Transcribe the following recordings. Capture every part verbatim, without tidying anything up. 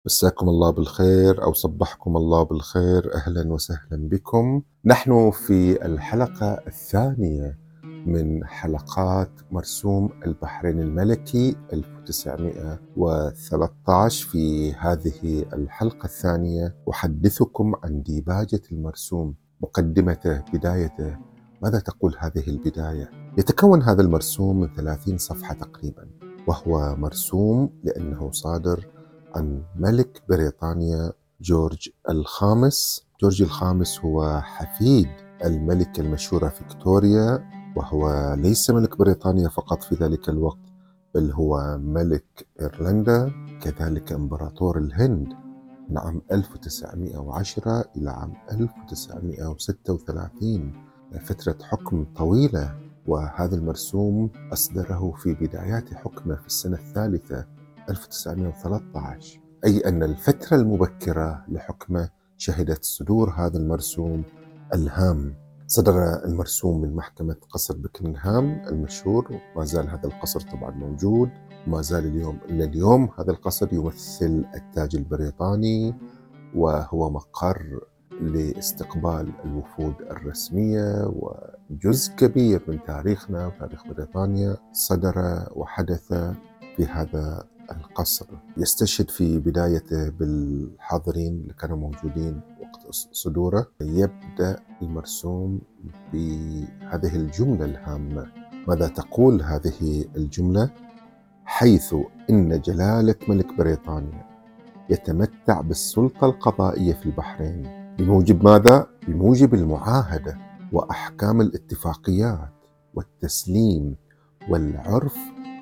مساكم الله بالخير أو صبحكم الله بالخير، أهلا وسهلا بكم. نحن في الحلقة الثانية من حلقات مرسوم البحرين الملكي ألف وتسعمئة وثلاثة عشر. في هذه الحلقة الثانية أحدثكم عن ديباجة المرسوم، مقدمته، بدايته. ماذا تقول هذه البداية؟ يتكون هذا المرسوم من ثلاثين صفحة تقريبا، وهو مرسوم لأنه صادر عن ملك بريطانيا جورج الخامس. جورج الخامس هو حفيد الملكة المشهورة فيكتوريا، وهو ليس ملك بريطانيا فقط في ذلك الوقت، بل هو ملك إيرلندا، كذلك إمبراطور الهند من عام ألف وتسعمئة وعشرة إلى عام ألف وتسعمئة وستة وثلاثين، فترة حكم طويلة. وهذا المرسوم أصدره في بدايات حكمه في السنة الثالثة ألف وتسعمئة وثلاثة عشر، أي أن الفترة المبكرة لحكمه شهدت صدور هذا المرسوم الهام. صدر المرسوم من محكمة قصر بكنغهام المشهور، وما زال هذا القصر طبعا موجود، وما زال اليوم إلى اليوم هذا القصر يمثل التاج البريطاني، وهو مقر لاستقبال الوفود الرسمية، وجزء كبير من تاريخنا وتاريخ بريطانيا صدر وحدث في هذا القصر. يستشهد في بدايته بالحاضرين اللي كانوا موجودين وقت صدوره. يبدأ المرسوم بهذه الجملة الهامة. ماذا تقول هذه الجملة؟ حيث إن جلالة ملك بريطانيا يتمتع بالسلطة القضائية في البحرين بموجب ماذا؟ بموجب المعاهدة وأحكام الاتفاقيات والتسليم والعرف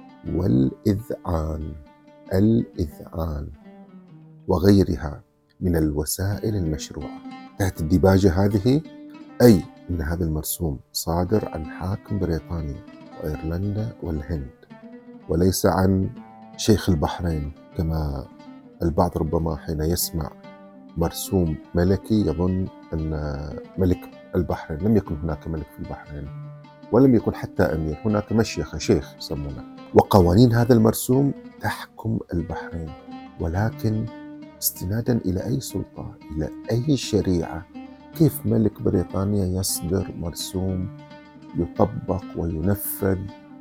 والإذعان الإذعان وغيرها من الوسائل المشروعة. تحت الديباجة هذه، أي أن هذا المرسوم صادر عن حاكم بريطانيا وإيرلندا والهند، وليس عن شيخ البحرين، كما البعض ربما حين يسمع مرسوم ملكي يظن أن ملك البحرين. لم يكن هناك ملك في البحرين، ولم يكن حتى أمير، هناك مشيخة، شيخ يسمونه. وقوانين هذا المرسوم تحكم البحرين، ولكن استنادا إلى أي سلطة، إلى أي شريعة؟ كيف ملك بريطانيا يصدر مرسوم يطبق وينفذ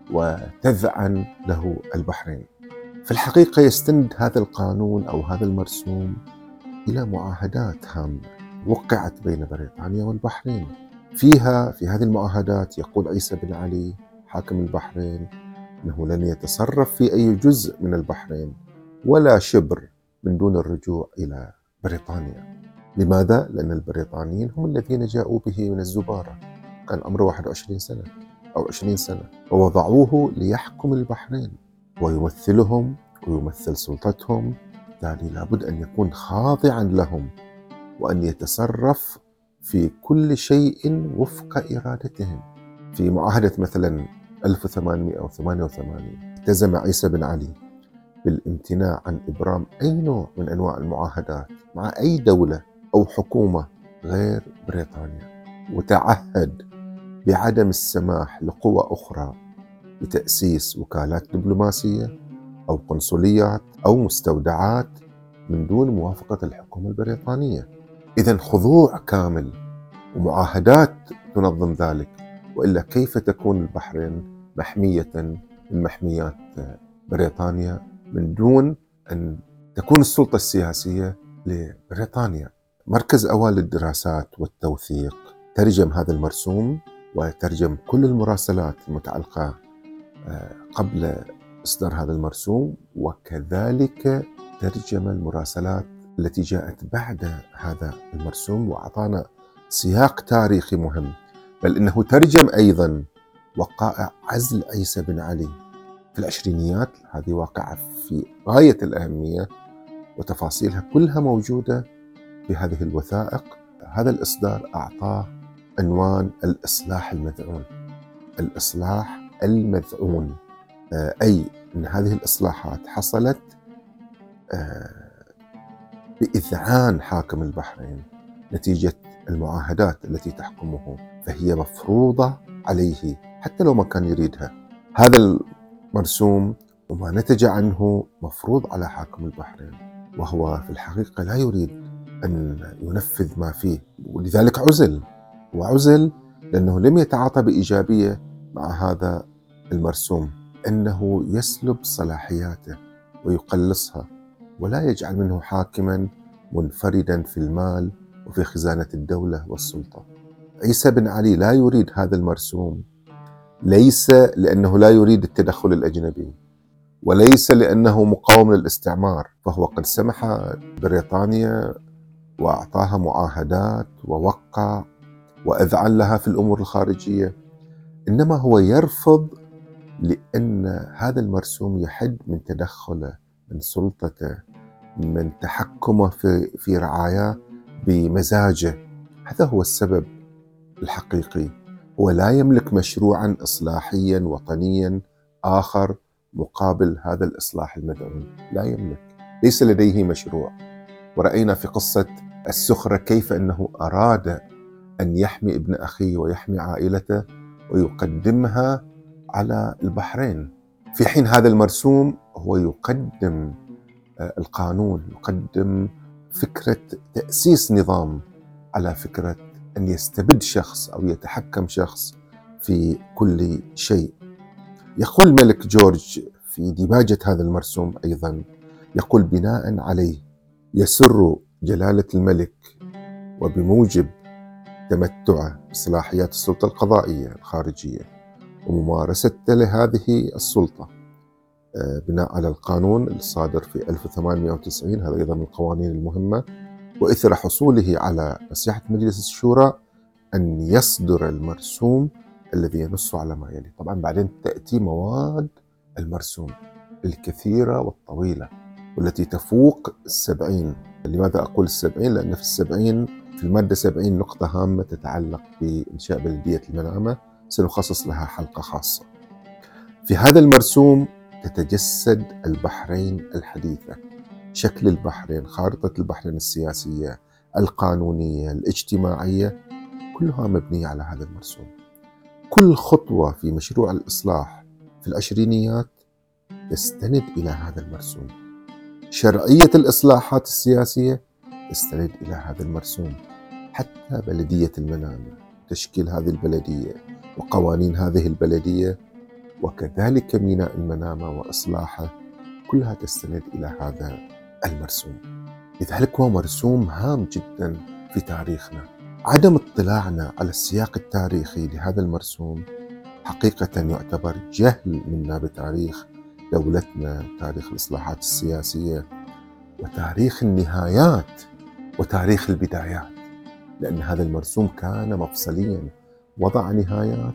وتذعن له البحرين؟ في الحقيقة يستند هذا القانون أو هذا المرسوم إلى معاهدات هامة وقعت بين بريطانيا والبحرين. فيها في هذه المعاهدات يقول عيسى بن علي حاكم البحرين أنه لن يتصرف في أي جزء من البحرين ولا شبر من دون الرجوع إلى بريطانيا. لماذا؟ لأن البريطانيين هم الذين جاءوا به من الزبارة، كان عمره واحد وعشرين سنة أو عشرين سنة، ووضعوه ليحكم البحرين ويمثلهم ويمثل سلطتهم، بالتالي لابد أن يكون خاضعا لهم وأن يتصرف في كل شيء وفق إرادتهم. في معاهدة مثلا ألف وثمانمئة وثمانية وثمانين التزم عيسى بن علي بالامتناع عن إبرام أي نوع من أنواع المعاهدات مع أي دولة أو حكومة غير بريطانيا، وتعهد بعدم السماح لقوى أخرى بتأسيس وكالات دبلوماسية أو قنصليات أو مستودعات من دون موافقة الحكومة البريطانية. إذن خضوع كامل ومعاهدات تنظم ذلك، وإلا كيف تكون البحرين محمية من محميات بريطانيا من دون أن تكون السلطة السياسية لبريطانيا؟ مركز أوائل الدراسات والتوثيق ترجم هذا المرسوم وترجم كل المراسلات المتعلقة قبل إصدار هذا المرسوم، وكذلك ترجم المراسلات التي جاءت بعد هذا المرسوم، وأعطانا سياق تاريخي مهم. بل إنه ترجم أيضا وقائع عزل عيسى بن علي في العشرينيات، هذه واقعة في غاية الأهمية وتفاصيلها كلها موجودة في هذه الوثائق. هذا الإصدار أعطاه عنوان الإصلاح المذعون. الإصلاح المذعون، أي أن هذه الإصلاحات حصلت بإذعان حاكم البحرين نتيجة المعاهدات التي تحكمه، فهي مفروضة عليه حتى لو ما كان يريدها. هذا المرسوم وما نتج عنه مفروض على حاكم البحرين، وهو في الحقيقة لا يريد أن ينفذ ما فيه، ولذلك عزل. وعزل لأنه لم يتعاطى بإيجابية مع هذا المرسوم، أنه يسلب صلاحياته ويقلصها ولا يجعل منه حاكما منفردا في المال وفي خزانة الدولة والسلطة. عيسى بن علي لا يريد هذا المرسوم، ليس لأنه لا يريد التدخل الأجنبي، وليس لأنه مقاوم للاستعمار، فهو قد سمح بريطانيا وأعطاها معاهدات ووقع وأذعن لها في الأمور الخارجية، إنما هو يرفض لأن هذا المرسوم يحد من تدخله، من سلطته، من تحكمه في في رعاياه بمزاجه. هذا هو السبب الحقيقي. هو لا يملك مشروعا إصلاحيا وطنيا آخر مقابل هذا الإصلاح المدعوم، لا يملك، ليس لديه مشروع. ورأينا في قصة السخرة كيف أنه أراد أن يحمي ابن أخيه ويحمي عائلته ويقدمها على البحرين، في حين هذا المرسوم هو يقدم القانون، يقدم فكرة تأسيس نظام على فكرة أن يستبد شخص أو يتحكم شخص في كل شيء. يقول الملك جورج في ديباجة هذا المرسوم أيضا، يقول: بناء عليه يسر جلالة الملك وبموجب تمتعه بصلاحيات السلطة القضائية الخارجية وممارسته لهذه السلطة بناء على القانون الصادر في ألف وثمانمئة وتسعين، هذا أيضا من القوانين المهمة، وإثر حصوله على مساحة مجلس الشورى، أن يصدر المرسوم الذي ينص على ما يلي. طبعا بعدين تأتي مواد المرسوم الكثيرة والطويلة والتي تفوق السبعين. لماذا أقول السبعين؟ لأن في السبعين في المادة سبعين نقطة هامة تتعلق بإنشاء بلدية المنامة، سنخصص لها حلقة خاصة. في هذا المرسوم تتجسد البحرين الحديثة، شكل البحرين، خارطة البحرين السياسية، القانونية، الاجتماعية، كلها مبنية على هذا المرسوم. كل خطوة في مشروع الإصلاح في العشرينيات تستند إلى هذا المرسوم. شرعية الإصلاحات السياسية تستند إلى هذا المرسوم، حتى بلدية المنامة، تشكيل هذه البلدية وقوانين هذه البلدية، وكذلك ميناء المنامة وإصلاحه، كلها تستند إلى هذا المرسوم. لذلك هو مرسوم هام جدا في تاريخنا. عدم اطلاعنا على السياق التاريخي لهذا المرسوم حقيقة يعتبر جهل منا بتاريخ دولتنا، تاريخ الإصلاحات السياسية وتاريخ النهايات وتاريخ البدايات، لأن هذا المرسوم كان مفصليا، وضع نهايات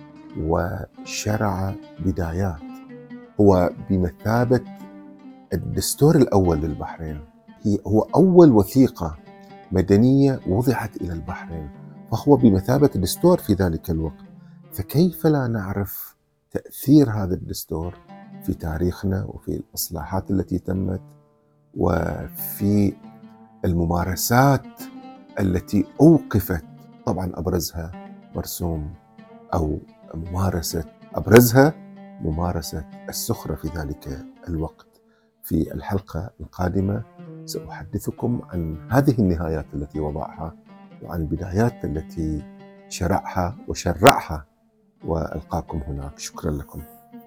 وشرع بدايات. هو بمثابة الدستور الأول للبحرين، هو أول وثيقة مدنية وضعت إلى البحرين، فهو بمثابة الدستور في ذلك الوقت. فكيف لا نعرف تأثير هذا الدستور في تاريخنا وفي الإصلاحات التي تمت وفي الممارسات التي أوقفت. طبعا أبرزها مرسوم أو ممارسة أبرزها ممارسة السخرة في ذلك الوقت. في الحلقة القادمة سأحدثكم عن هذه النهايات التي وضعها وعن البدايات التي شرعها وشرعها، وألقاكم هناك. شكرا لكم.